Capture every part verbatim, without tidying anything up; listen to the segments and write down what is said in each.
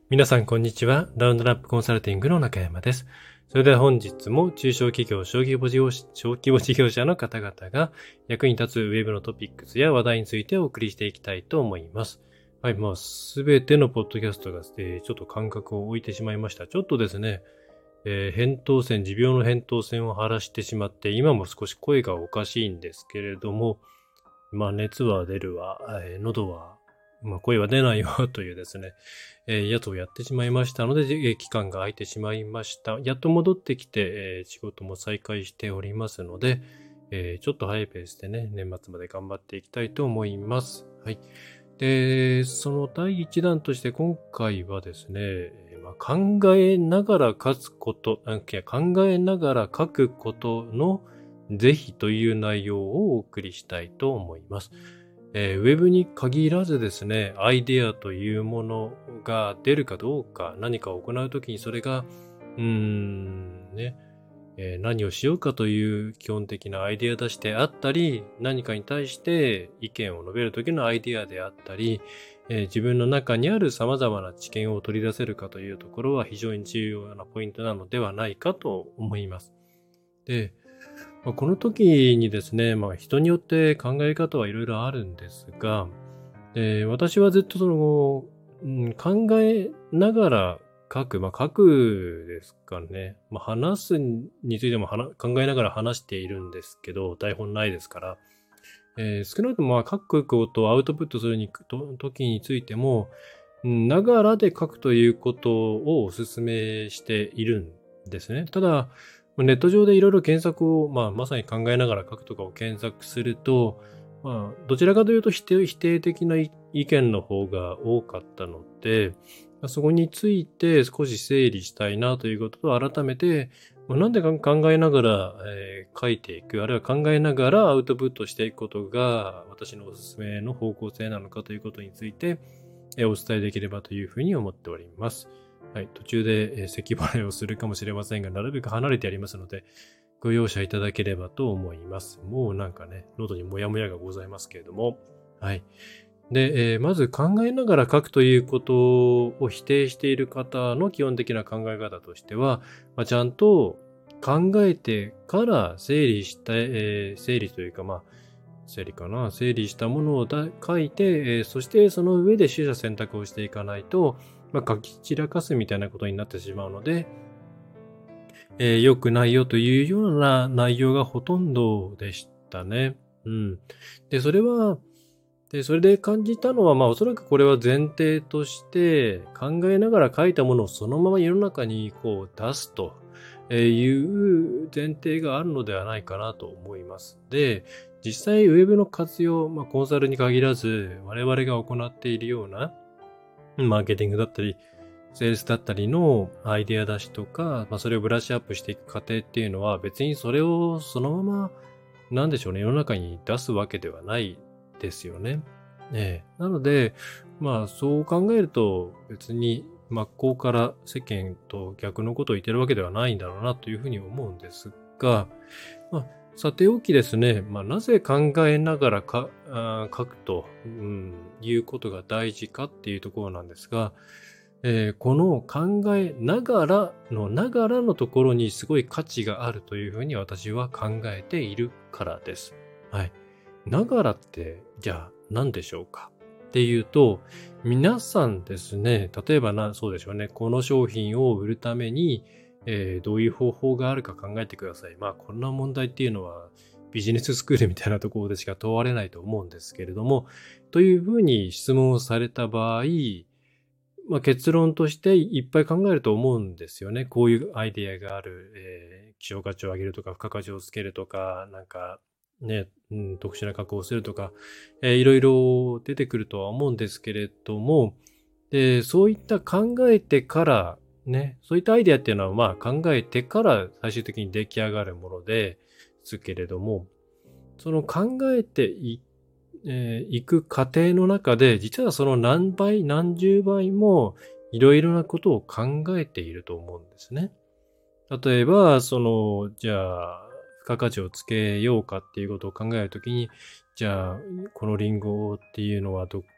皆さん、こんにちは。ラウンドラップコンサルティングの中山です。それでは本日も中小企業、小規模事業小規模事業者の方々が役に立つウェブのトピックスや話題についてお送りしていきたいと思います。はい、まあ、すべてのポッドキャストが、えー、ちょっと間隔を置いてしまいました。ちょっとですね、えー、扁桃腺、持病の扁桃腺を腫らしてしまって、今も少し声がおかしいんですけれども、まあ、熱は出るわ、えー、喉は、まあ、声は出ないわというですね、えー、やつをやってしまいましたので、えー、期間が空いてしまいました。やっと戻ってきて、えー、仕事も再開しておりますので、えー、ちょっと早いペースでね、年末まで頑張っていきたいと思います。はい。で、その第一弾として今回はですね、えーまあ、考えながら書くこと、あいや考えながら書くことの是非という内容をお送りしたいと思います。えー、ウェブに限らずですね、アイデアというものが出るかどうか、何かを行うときにそれが、うーん、ね、えー何をしようかという基本的なアイデア出しであったり、何かに対して意見を述べるときのアイデアであったり、えー自分の中にある様々な知見を取り出せるかというところは非常に重要なポイントなのではないかと思います。で、まあこの時にですね、まあ人によって考え方はいろいろあるんですが、で私はずっとその、うん、考えながら書く、まあ書くですかね。まあ話すについても話考えながら話しているんですけど、台本ないですから。えー少なくともまあ書くことをアウトプットするにと時についても、うんながらで書くということをお勧めしているんですね。ただ、ネット上でいろいろ検索を、まあ、まさに考えながら書くとかを検索すると、まあ、どちらかというと否定否定的な意意見の方が多かったので、そこについて少し整理したいなということと改めて、まあなんでか考えながら、えー書いていく、あるいは考えながらアウトプットしていくことが私のおすすめの方向性なのかということについて、えーお伝えできればというふうに思っております。はい、途中で、えー咳払いをするかもしれませんが、なるべく離れてやりますので、ご容赦いただければと思います。もうなんかね、喉にもやもやがございますけれども、はい。で、えーまず考えながら書くということを否定している方の基本的な考え方としては、まあ、ちゃんと考えてから整理した、えー整理というか、まあ、整理かな、整理したものをだ書いて、えーそしてその上で取捨選択をしていかないと、まあ、書き散らかすみたいなことになってしまうので、えー良くないよというような内容がほとんどでしたね。うん。で、それは、で、それで感じたのは、まあおそらくこれは前提として考えながら書いたものをそのまま世の中にこう出すという前提があるのではないかなと思います。で、実際ウェブの活用、まあコンサルに限らず我々が行っているようなマーケティングだったり、セールスだったりのアイデア出しとか、まあそれをブラッシュアップしていく過程っていうのは別にそれをそのままなんでしょうね、世の中に出すわけではないですよね。ええ。なので、まあそう考えると別に真っ向から世間と逆のことを言ってるわけではないんだろうなというふうに思うんですが、まあ、さておきですね、まあ、なぜ考えながらかあー書くと、うん、いうことが大事かっていうところなんですが、えーこの考えながらのながらのところにすごい価値があるというふうに私は考えているからです。はい。ながらって、じゃあ何でしょうかっていうと、皆さんですね、例えばな、そうでしょうね、この商品を売るために、えーどういう方法があるか考えてください。まあ、こんな問題っていうのはビジネススクールみたいなところでしか問われないと思うんですけれども、というふうに質問をされた場合、まあ、結論としていっぱい考えると思うんですよね。こういうアイデアがある、えー希少価値を上げるとか、付加価値をつけるとか、なんか、ね、うん、特殊な加工をするとか、えーいろいろ出てくるとは思うんですけれども、で、そういった考えてから、ね、そういったアイデアっていうのは、まあ考えてから最終的に出来上がるものですけれども、その考えていえー行く過程の中で、実はその何倍、何十倍もいろいろなことを考えていると思うんですね。例えば、その、じゃあ、付加価値をつけようかっていうことを考えるときに、じゃあ、このリンゴっていうのはど、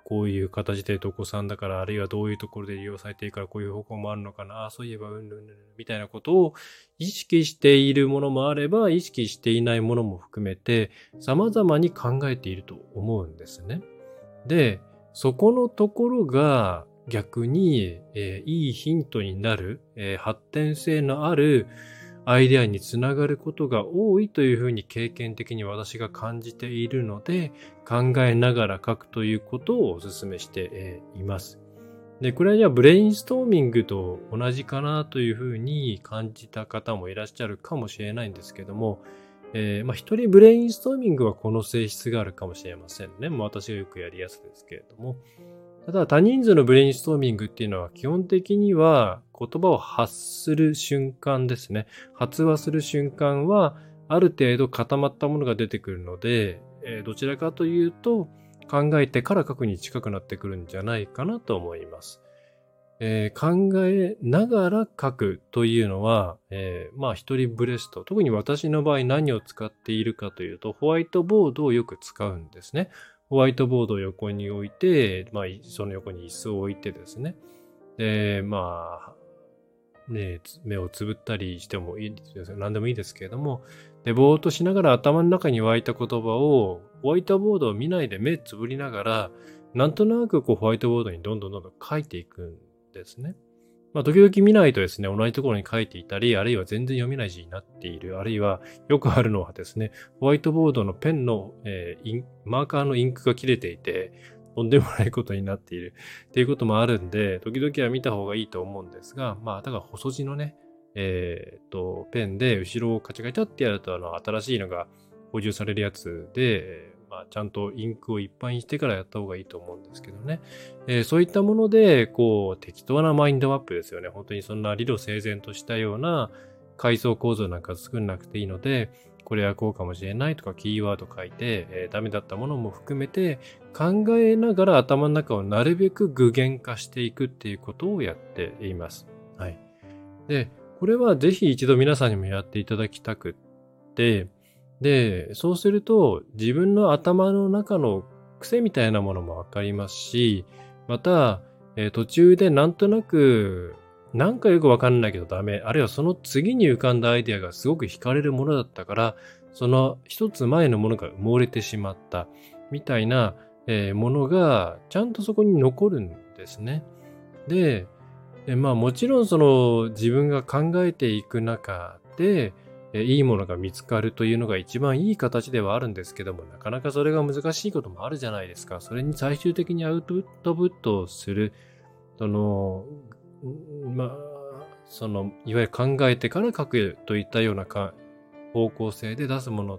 こういう形でどこさんだから、あるいはどういうところで利用されているからこういう方向もあるのかな、そういえばうんぬんぬんみたいなことを意識しているものもあれば、意識していないものも含めて様々に考えていると思うんですね。で、そこのところが逆に、えーいいヒントになる、えー発展性のあるアイデアにつながることが多いというふうに経験的に私が感じているので、考えながら書くということをお勧めしています。で、これはじゃあブレインストーミングと同じかなというふうに感じた方もいらっしゃるかもしれないんですけども、えーまあ一人ブレインストーミングはこの性質があるかもしれませんね。まあ私がよくやりやすいですけれども。ただ多人数のブレインストーミングっていうのは基本的には言葉を発する瞬間ですね。発話する瞬間はある程度固まったものが出てくるので、えーどちらかというと考えてから書くに近くなってくるんじゃないかなと思います。えー考えながら書くというのは、えーまあ一人ブレスト、特に私の場合何を使っているかというと、ホワイトボードをよく使うんですね。ホワイトボードを横に置いて、まあその横に椅子を置いてですね。で、まあ、ね、目をつぶったりしてもいいですよ。何でもいいですけれども、で、ぼーっとしながら頭の中に湧いた言葉を、ホワイトボードを見ないで目つぶりながら、なんとなくこうホワイトボードにどんどんどんどん書いていくんですね。まあ、時々見ないとですね、同じところに書いていたり、あるいは全然読めない字になっている、あるいはよくあるのはですね、ホワイトボードのペンの、えーインマーカーのインクが切れていて、とんでもないことになっているっていうこともあるんで、時々は見た方がいいと思うんですが、まあ、だから細字のね、えーっと、ペンで後ろをカチャカチャってやると、あの、新しいのが補充されるやつで、まあ、ちゃんとインクをいっぱいにしてからやった方がいいと思うんですけどね。えーそういったもので、こう、適当なマインドマップですよね。本当にそんな理路整然としたような階層構造なんか作んなくていいので、これはこうかもしれないとかキーワード書いて、えーダメだったものも含めて考えながら頭の中をなるべく具現化していくっていうことをやっています。はい。で、これはぜひ一度皆さんにもやっていただきたくって、で、そうすると自分の頭の中の癖みたいなものもわかりますし、また、えー途中でなんとなく、なんかよくわかんないけどダメ、あるいはその次に浮かんだアイデアがすごく惹かれるものだったから、その一つ前のものが埋もれてしまった、みたいな、えーものがちゃんとそこに残るんですね。で、えまあもちろんその自分が考えていく中で、えいいものが見つかるというのが一番いい形ではあるんですけども、なかなかそれが難しいこともあるじゃないですか。それに最終的にアウトプットをする、その、んまあ、その、いわゆる考えてから書くといったようなか方向性で出すものって、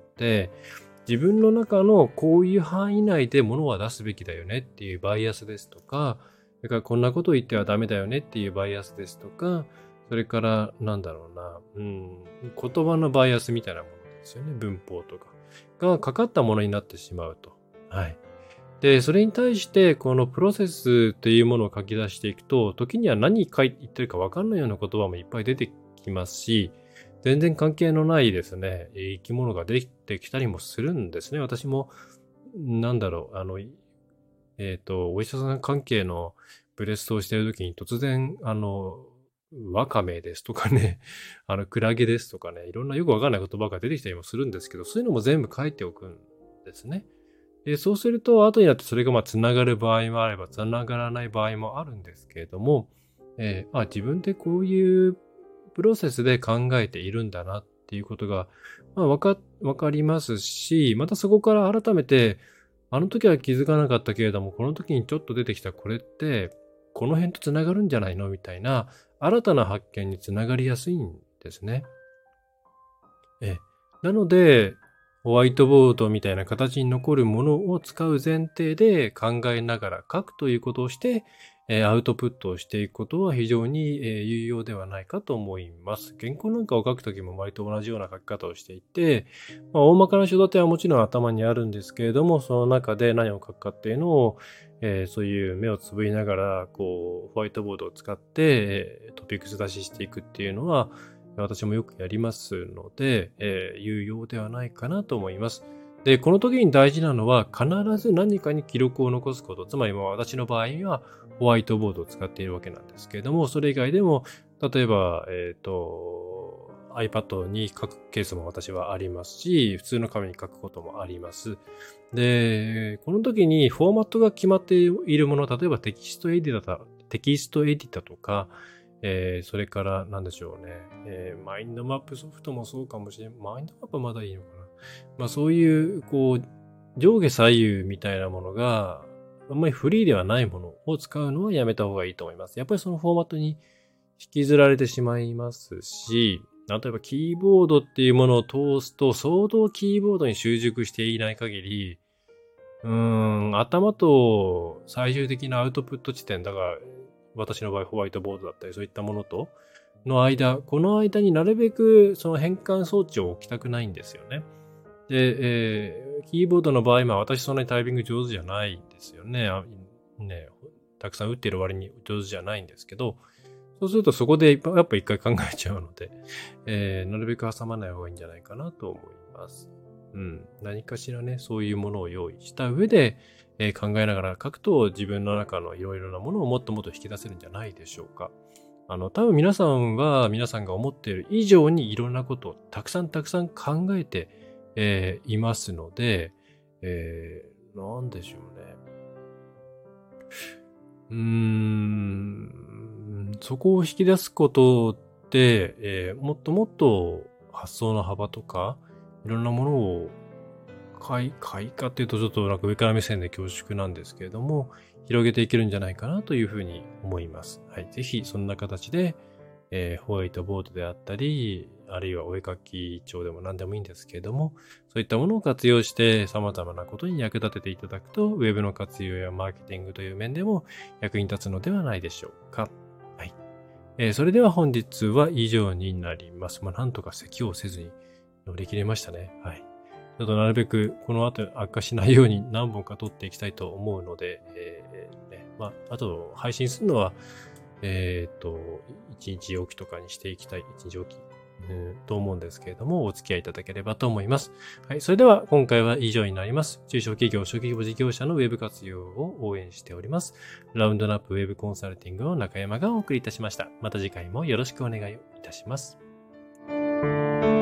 自分の中のこういう範囲内でものは出すべきだよねっていうバイアスですとか、それからこんなことを言ってはダメだよねっていうバイアスですとか、それからなんだろうな、うん、言葉のバイアスみたいなものですよね。文法とかがかかったものになってしまうと。はい。で、それに対してこのプロセスというものを書き出していくと、時には何書いて言ってるか分かんないような言葉もいっぱい出てきますし、全然関係のないですね、えー生き物ができてきたりもするんですね。私も、なんだろう、あの、えっと、お医者さん関係のブレストをしているときに突然、あの、ワカメですとかね、あの、クラゲですとかね、いろんなよくわかんない言葉が出てきたりもするんですけど、そういうのも全部書いておくんですね。で、そうすると、後になってそれがまあ、つながる場合もあれば、つながらない場合もあるんですけれども、えーあ、自分ってこういうプロセスで考えているんだなっていうことが、まあ、わか、わかりますし、またそこから改めて、あの時は気づかなかったけれども、この時にちょっと出てきたこれって、この辺とつながるんじゃないのみたいな、新たな発見につながりやすいんですね。え、なので、ホワイトボードみたいな形に残るものを使う前提で考えながら書くということをして、えーアウトプットをしていくことは非常に、えー有用ではないかと思います。原稿なんかを書くときも割と同じような書き方をしていて、まあ、大まかな書立てはもちろん頭にあるんですけれども、その中で何を書くかっていうのを、えーそういう目をつぶりながら、こう、ホワイトボードを使って、えートピックス出ししていくっていうのは、私もよくやりますので、えー有用ではないかなと思います。 で、この時に大事なのは必ず何かに記録を残すこと。つまり私の場合にはホワイトボードを使っているわけなんですけれども、それ以外でも、例えば、えっと、iPad に書くケースも私はありますし、普通の紙に書くこともあります。で、この時にフォーマットが決まっているもの、例えばテキストエディター、テキストエディターとか、えー、それから何でしょうね、えー、マインドマップソフトもそうかもしれない。マインドマップはまだいいのかな。まあそういう、こう、上下左右みたいなものが、あんまりフリーではないものを使うのはやめた方がいいと思います。やっぱりそのフォーマットに引きずられてしまいますし、例えばキーボードっていうものを通すと、相当キーボードに習熟していない限り、うーん、頭と最終的なアウトプット地点、だから私の場合ホワイトボードだったりそういったものとの間、この間になるべくその変換装置を置きたくないんですよね。で、えー、キーボードの場合、まあ私そんなにタイピング上手じゃないんですよね。ね、たくさん打ってる割に上手じゃないんですけど、そうするとそこでやっぱ一回考えちゃうので、えー、なるべく挟まない方がいいんじゃないかなと思います。うん。何かしらね、そういうものを用意した上で、えー、考えながら書くと自分の中のいろいろなものをもっともっと引き出せるんじゃないでしょうか。あの、多分皆さんは皆さんが思っている以上にいろんなことをたくさんたくさん考えて、えー、いますので、えー、なんでしょうね。うーん、そこを引き出すことで、えー、もっともっと発想の幅とか、いろんなものを開開花っていうとちょっとなんか上から目線で恐縮なんですけれども、広げていけるんじゃないかなというふうに思います。はい。ぜひそんな形で、えー、ホワイトボードであったり、あるいはお絵描き帳でも何でもいいんですけれども、そういったものを活用して様々なことに役立てていただくと、ウェブの活用やマーケティングという面でも役に立つのではないでしょうか。はい。えー、それでは本日は以上になります。まあ、なんとか咳をせずに乗り切れましたね。はい。ちょっとなるべくこの後悪化しないように何本か撮っていきたいと思うので、えーね、まあ、あと配信するのは、えっと、一日おきとかにしていきたい、一日おき、うん、と思うんですけれども、お付き合いいただければと思います。はい。それでは今回は以上になります。中小企業、小規模事業者のウェブ活用を応援しております。ラウンドナップウェブコンサルティングの中山がお送りいたしました。また次回もよろしくお願いいたします。